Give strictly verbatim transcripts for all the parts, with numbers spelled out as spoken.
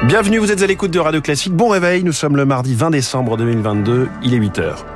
Bienvenue, vous êtes à l'écoute de Radio Classique. Bon réveil, nous sommes le mardi vingt décembre deux mille vingt-deux, il est huit heures.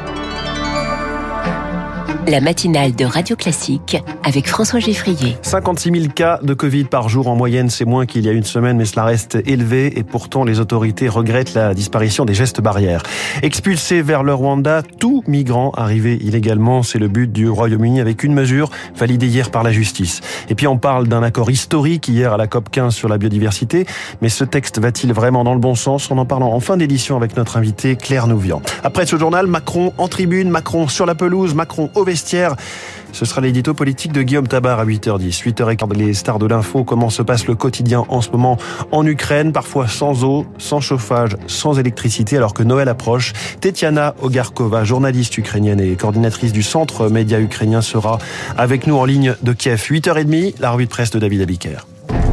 La matinale de Radio Classique avec François Geffrier. cinquante-six mille cas de Covid par jour en moyenne, c'est moins qu'il y a une semaine, mais cela reste élevé et pourtant les autorités regrettent la disparition des gestes barrières. Expulsés vers le Rwanda, tout migrant arrivé illégalement, c'est le but du Royaume-Uni avec une mesure validée hier par la justice. Et puis on parle d'un accord historique hier à la COP quinze sur la biodiversité, mais ce texte va-t-il vraiment dans le bon sens? On en parle en fin d'édition avec notre invité Claire Nouvian. Après ce journal, Macron en tribune, Macron sur la pelouse, Macron au vestiaire. Ce sera l'édito politique de Guillaume Tabar à huit heures dix. huit heures quinze, les stars de l'info. Comment se passe le quotidien en ce moment en Ukraine, parfois sans eau, sans chauffage, sans électricité, alors que Noël approche. Tetiana Ogarkova, journaliste ukrainienne et coordinatrice du Centre Média Ukrainien, sera avec nous en ligne de Kiev. huit heures trente, la revue de presse de David Abiker.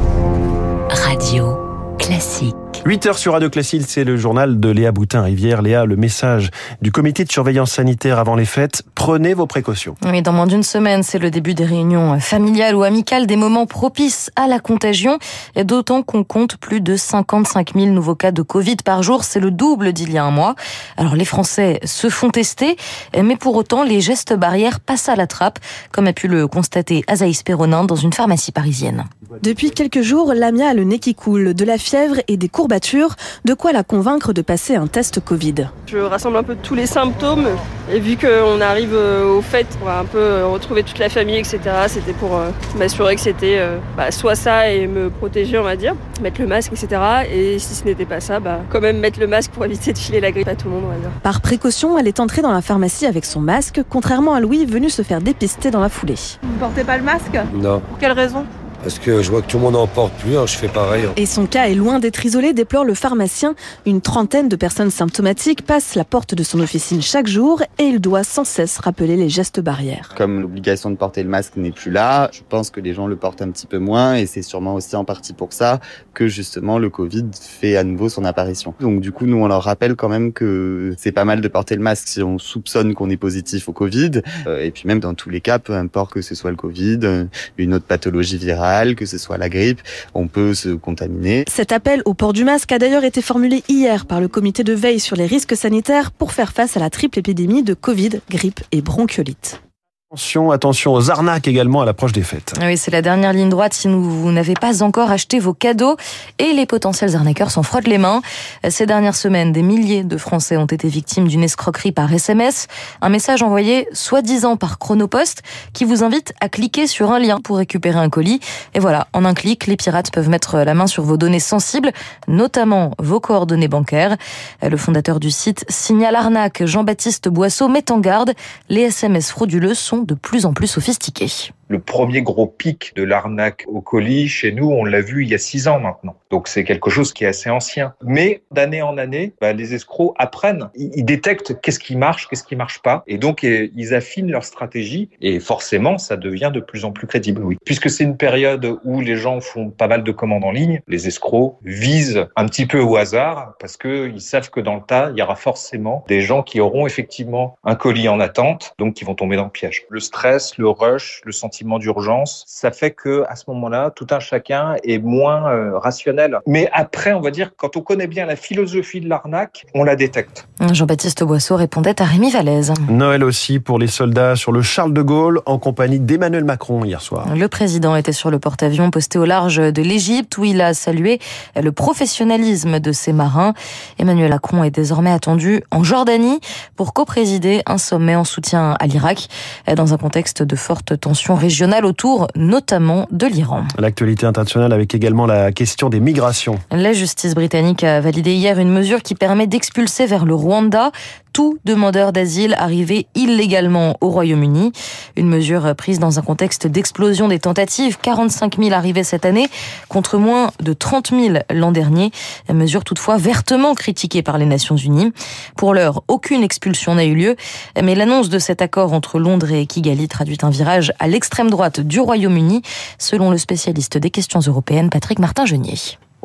Radio Classique. huit heures sur Radio Classique, c'est le journal de Léa Boutin-Rivière. Léa, le message du comité de surveillance sanitaire avant les fêtes, prenez vos précautions. Oui, dans moins d'une semaine, c'est le début des réunions familiales ou amicales, des moments propices à la contagion, et d'autant qu'on compte plus de cinquante-cinq mille nouveaux cas de Covid par jour, c'est le double d'il y a un mois. Alors les Français se font tester, mais pour autant, les gestes barrières passent à la trappe, comme a pu le constater Azaïs Perronin dans une pharmacie parisienne. Depuis quelques jours, Lamia a le nez qui coule, de la fièvre et des courbatures, de quoi la convaincre de passer un test Covid. Je rassemble un peu tous les symptômes et vu qu'on arrive au fait, on va un peu retrouver toute la famille, et cetera. C'était pour euh, m'assurer que c'était euh, bah, soit ça et me protéger, on va dire, mettre le masque, et cetera. Et si ce n'était pas ça, bah, quand même mettre le masque pour éviter de filer la grippe à tout le monde, on va dire. Par précaution, elle est entrée dans la pharmacie avec son masque, contrairement à Louis, venu se faire dépister dans la foulée. Vous ne portez pas le masque ? Non. Pour quelle raison ? Parce que je vois que tout le monde n'en porte plus, hein, je fais pareil. Hein. Et son cas est loin d'être isolé, déplore le pharmacien. Une trentaine de personnes symptomatiques passent la porte de son officine chaque jour et il doit sans cesse rappeler les gestes barrières. Comme l'obligation de porter le masque n'est plus là, je pense que les gens le portent un petit peu moins et c'est sûrement aussi en partie pour ça que justement le Covid fait à nouveau son apparition. Donc du coup, nous on leur rappelle quand même que c'est pas mal de porter le masque si on soupçonne qu'on est positif au Covid. Euh, et puis même dans tous les cas, peu importe que ce soit le Covid, une autre pathologie virale, que ce soit la grippe, on peut se contaminer. Cet appel au port du masque a d'ailleurs été formulé hier par le comité de veille sur les risques sanitaires pour faire face à la triple épidémie de Covid, grippe et bronchiolite. Attention, attention aux arnaques également à l'approche des fêtes. Oui, c'est la dernière ligne droite si vous n'avez pas encore acheté vos cadeaux et les potentiels arnaqueurs s'en frottent les mains. Ces dernières semaines, des milliers de Français ont été victimes d'une escroquerie par S M S. Un message envoyé soi-disant par Chronopost qui vous invite à cliquer sur un lien pour récupérer un colis. Et voilà, en un clic, les pirates peuvent mettre la main sur vos données sensibles, notamment vos coordonnées bancaires. Le fondateur du site Signal Arnaque, Jean-Baptiste Boisseau, met en garde. Les S M S frauduleux sont de plus en plus sophistiqués. Le premier gros pic de l'arnaque au colis, chez nous, on l'a vu il y a six ans maintenant. Donc c'est quelque chose qui est assez ancien. Mais d'année en année, bah, les escrocs apprennent. Ils détectent qu'est-ce qui marche, qu'est-ce qui marche pas. Et donc ils affinent leur stratégie. Et forcément, ça devient de plus en plus crédible, oui. Puisque c'est une période où les gens font pas mal de commandes en ligne, les escrocs visent un petit peu au hasard parce qu'ils savent que dans le tas, il y aura forcément des gens qui auront effectivement un colis en attente, donc qui vont tomber dans le piège. Le stress, le rush, le sentiment d'urgence, ça fait que à ce moment-là, tout un chacun est moins euh, rationnel. Mais après, on va dire, quand on connaît bien la philosophie de l'arnaque, on la détecte. Jean-Baptiste Boisseau répondait à Rémi Vallès. Noël aussi pour les soldats sur le Charles de Gaulle en compagnie d'Emmanuel Macron hier soir. Le président était sur le porte-avions posté au large de l'Égypte où il a salué le professionnalisme de ses marins. Emmanuel Macron est désormais attendu en Jordanie pour co-présider un sommet en soutien à l'Irak dans un contexte de forte tension régionale autour notamment de l'Iran. L'actualité internationale avec également la question des migrations. La justice britannique a validé hier une mesure qui permet d'expulser vers le Rwanda tout demandeur d'asile arrivé illégalement au Royaume-Uni. Une mesure prise dans un contexte d'explosion des tentatives. quarante-cinq mille arrivés cette année contre moins de trente mille l'an dernier. Une mesure toutefois vertement critiquée par les Nations Unies. Pour l'heure, aucune expulsion n'a eu lieu. Mais l'annonce de cet accord entre Londres et Kigali traduit un virage à l'extrême droite du Royaume-Uni, selon le spécialiste des questions européennes Patrick Martin-Genier.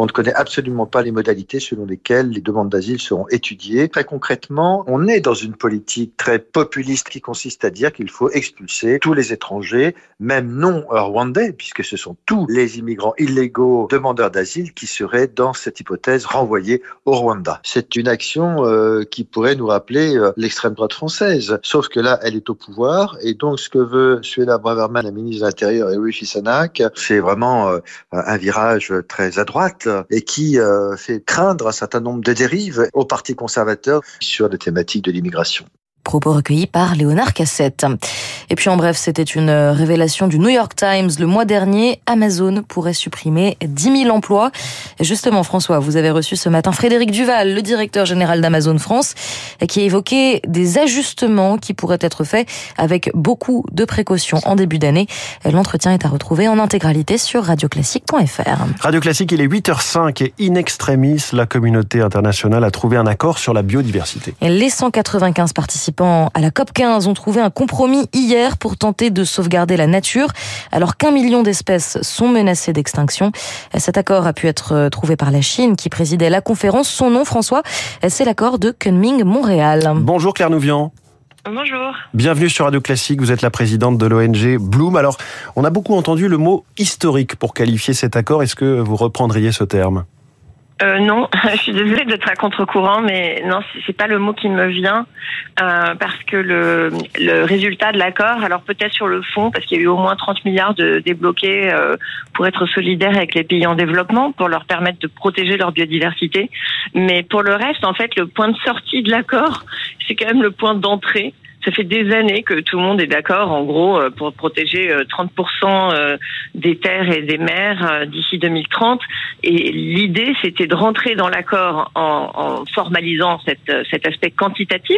On ne connaît absolument pas les modalités selon lesquelles les demandes d'asile seront étudiées. Très concrètement, on est dans une politique très populiste qui consiste à dire qu'il faut expulser tous les étrangers, même non rwandais, puisque ce sont tous les immigrants illégaux demandeurs d'asile qui seraient dans cette hypothèse renvoyés au Rwanda. C'est une action euh, qui pourrait nous rappeler euh, l'extrême droite française, sauf que là, elle est au pouvoir, et donc ce que veut Suella Braverman, la ministre de l'Intérieur, et Rishi Sunak, c'est vraiment euh, un virage très à droite et qui euh, fait craindre un certain nombre de dérives au Parti conservateur sur les thématiques de l'immigration. Propos recueillis par Léonard Cassette. Et puis en bref, c'était une révélation du New York Times le mois dernier. Amazon pourrait supprimer dix mille emplois. Et justement, François, vous avez reçu ce matin Frédéric Duval, le directeur général d'Amazon France, qui a évoqué des ajustements qui pourraient être faits avec beaucoup de précautions en début d'année. L'entretien est à retrouver en intégralité sur radioclassique point f r. Radio Classique, il est huit heures cinq et in extremis, la communauté internationale a trouvé un accord sur la biodiversité. Et les cent quatre-vingt-quinze participants à la COP quinze ont trouvé un compromis hier pour tenter de sauvegarder la nature, alors qu'un million d'espèces sont menacées d'extinction. Cet accord a pu être trouvé par la Chine, qui présidait la conférence. Son nom, François, c'est l'accord de Kunming-Montréal. Bonjour Claire Nouvian. Bonjour. Bienvenue sur Radio Classique, vous êtes la présidente de l'O N G Bloom. Alors, on a beaucoup entendu le mot historique pour qualifier cet accord. Est-ce que vous reprendriez ce terme ? Euh, non, je suis désolée d'être à contre-courant, mais non, c'est pas le mot qui me vient, euh, parce que le, le résultat de l'accord, alors peut-être sur le fond, parce qu'il y a eu au moins trente milliards de débloqués euh, pour être solidaires avec les pays en développement, pour leur permettre de protéger leur biodiversité, mais pour le reste, en fait, le point de sortie de l'accord, c'est quand même le point d'entrée. Ça fait des années que tout le monde est d'accord, en gros, pour protéger trente pour cent des terres et des mers d'ici deux mille trente. Et l'idée, c'était de rentrer dans l'accord en, en formalisant cette, cet aspect quantitatif,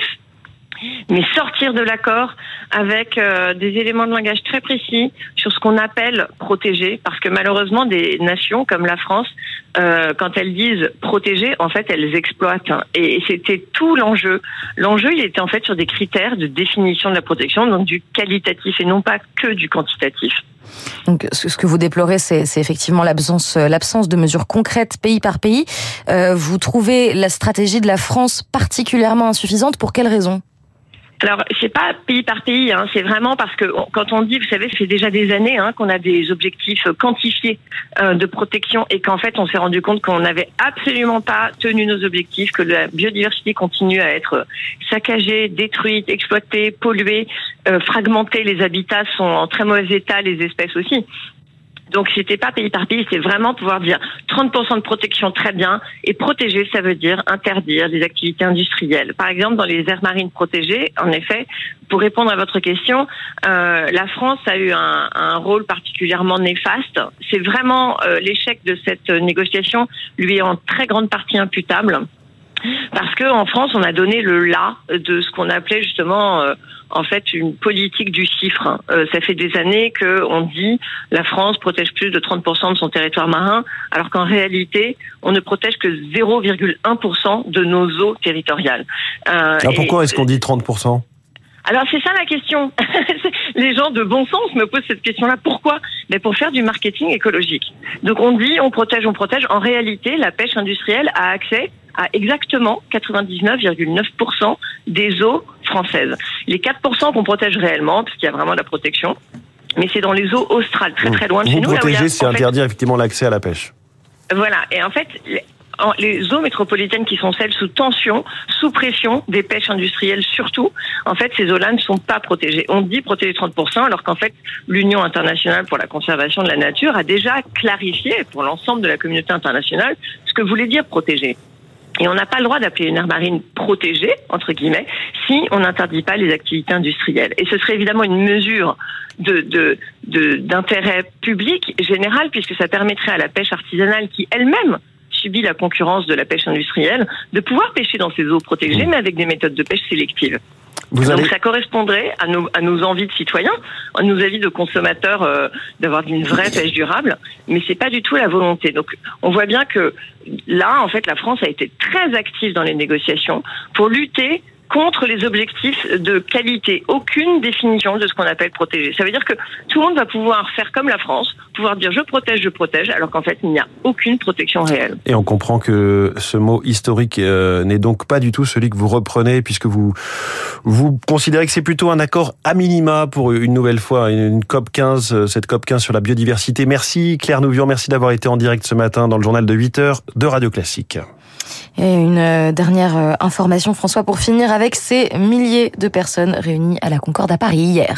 mais sortir de l'accord avec euh, des éléments de langage très précis sur ce qu'on appelle protéger, parce que malheureusement des nations comme la France, euh, quand elles disent protéger, en fait elles exploitent, et, et c'était tout l'enjeu. L'enjeu, il était en fait sur des critères de définition de la protection, donc du qualitatif et non pas que du quantitatif. Donc, ce que vous déplorez, c'est, c'est effectivement l'absence, l'absence de mesures concrètes pays par pays. Euh, vous trouvez la stratégie de la France particulièrement insuffisante, pour quelles raisons ? Alors, c'est pas pays par pays, hein, c'est vraiment parce que quand on dit, vous savez, ça fait déjà des années hein, qu'on a des objectifs quantifiés euh, de protection et qu'en fait, on s'est rendu compte qu'on n'avait absolument pas tenu nos objectifs, que la biodiversité continue à être saccagée, détruite, exploitée, polluée, euh, fragmentée, les habitats sont en très mauvais état, les espèces aussi. Donc, c'était pas pays par pays, c'est vraiment pouvoir dire trente pour cent de protection, très bien. Et protéger, ça veut dire interdire des activités industrielles. Par exemple, dans les aires marines protégées, en effet, pour répondre à votre question, euh, la France a eu un, un rôle particulièrement néfaste. C'est vraiment euh, l'échec de cette négociation lui est en très grande partie imputable. Parce que en France, on a donné le là de ce qu'on appelait justement, euh, en fait, une politique du chiffre. Euh, ça fait des années que on dit la France protège plus de trente pour cent de son territoire marin, alors qu'en réalité, on ne protège que zéro virgule un pour cent de nos eaux territoriales. Euh, Alors pourquoi et, est-ce qu'on dit trente pour cent ? Alors c'est ça la question. Les gens de bon sens me posent cette question-là. Pourquoi ? Mais pour faire du marketing écologique. Donc on dit on protège, on protège. En réalité, la pêche industrielle a accès à exactement quatre-vingt-dix-neuf virgule neuf pour cent des eaux françaises. Les quatre pour cent qu'on protège réellement, parce qu'il y a vraiment de la protection, mais c'est dans les eaux australes, très très loin de Vous chez nous. Vous protégez, c'est en fait, interdire effectivement l'accès à la pêche. Voilà, et en fait, les eaux métropolitaines qui sont celles sous tension, sous pression des pêches industrielles surtout, en fait, ces eaux-là ne sont pas protégées. On dit protéger trente pour cent, alors qu'en fait, l'Union internationale pour la conservation de la nature a déjà clarifié pour l'ensemble de la communauté internationale ce que voulait dire protéger. Et on n'a pas le droit d'appeler une aire marine protégée, entre guillemets, si on n'interdit pas les activités industrielles. Et ce serait évidemment une mesure de, de, de, d'intérêt public général, puisque ça permettrait à la pêche artisanale, qui elle-même subit la concurrence de la pêche industrielle, de pouvoir pêcher dans ces eaux protégées, mais avec des méthodes de pêche sélectives. Vous Donc allez... ça correspondrait à nos, à nos envies de citoyens, à nos envies de consommateurs euh, d'avoir une vraie pêche durable, mais c'est pas du tout la volonté. Donc on voit bien que là, en fait, la France a été très active dans les négociations pour lutter contre les objectifs de qualité. Aucune définition de ce qu'on appelle protéger. Ça veut dire que tout le monde va pouvoir faire comme la France, pouvoir dire je protège, je protège, alors qu'en fait il n'y a aucune protection réelle. Et on comprend que ce mot historique euh, n'est donc pas du tout celui que vous reprenez, puisque vous vous considérez que c'est plutôt un accord à minima pour une nouvelle fois, une COP quinze, cette COP quinze sur la biodiversité. Merci Claire Nouvion, merci d'avoir été en direct ce matin dans le journal de huit heures de Radio Classique. Et une dernière information, François, pour finir, avec ces milliers de personnes réunies à la Concorde à Paris hier.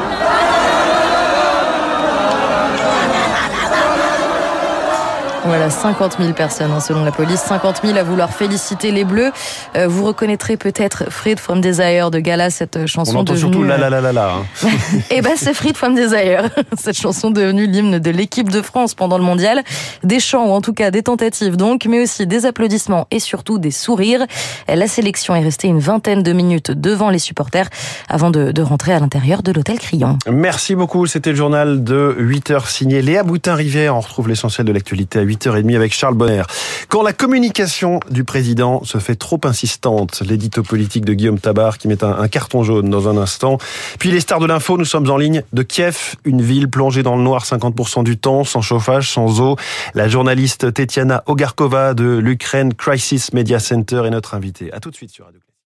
Voilà, cinquante mille personnes, hein, selon la police. cinquante mille à vouloir féliciter les Bleus. Euh, vous reconnaîtrez peut-être Freed from Desire de Gala, cette chanson On entend devenue... surtout la la la la la. Hein. Eh ben, c'est Freed from Desire. Cette chanson devenue l'hymne de l'équipe de France pendant le mondial. Des chants, ou en tout cas des tentatives donc, mais aussi des applaudissements et surtout des sourires. La sélection est restée une vingtaine de minutes devant les supporters avant de, de rentrer à l'intérieur de l'hôtel Crillon. Merci beaucoup. C'était le journal de huit heures signé Léa Boutin-Rivière. On retrouve l'essentiel de l'actualité à huit heures trente avec Charles Bonner. Quand la communication du président se fait trop insistante, l'édito politique de Guillaume Tabar qui met un, un carton jaune dans un instant. Puis les stars de l'info, nous sommes en ligne de Kiev, une ville plongée dans le noir cinquante pour cent du temps, sans chauffage, sans eau. La journaliste Tetiana Ogarkova de l'Ukraine Crisis Media Center est notre invitée. À tout de suite sur Radio Classique.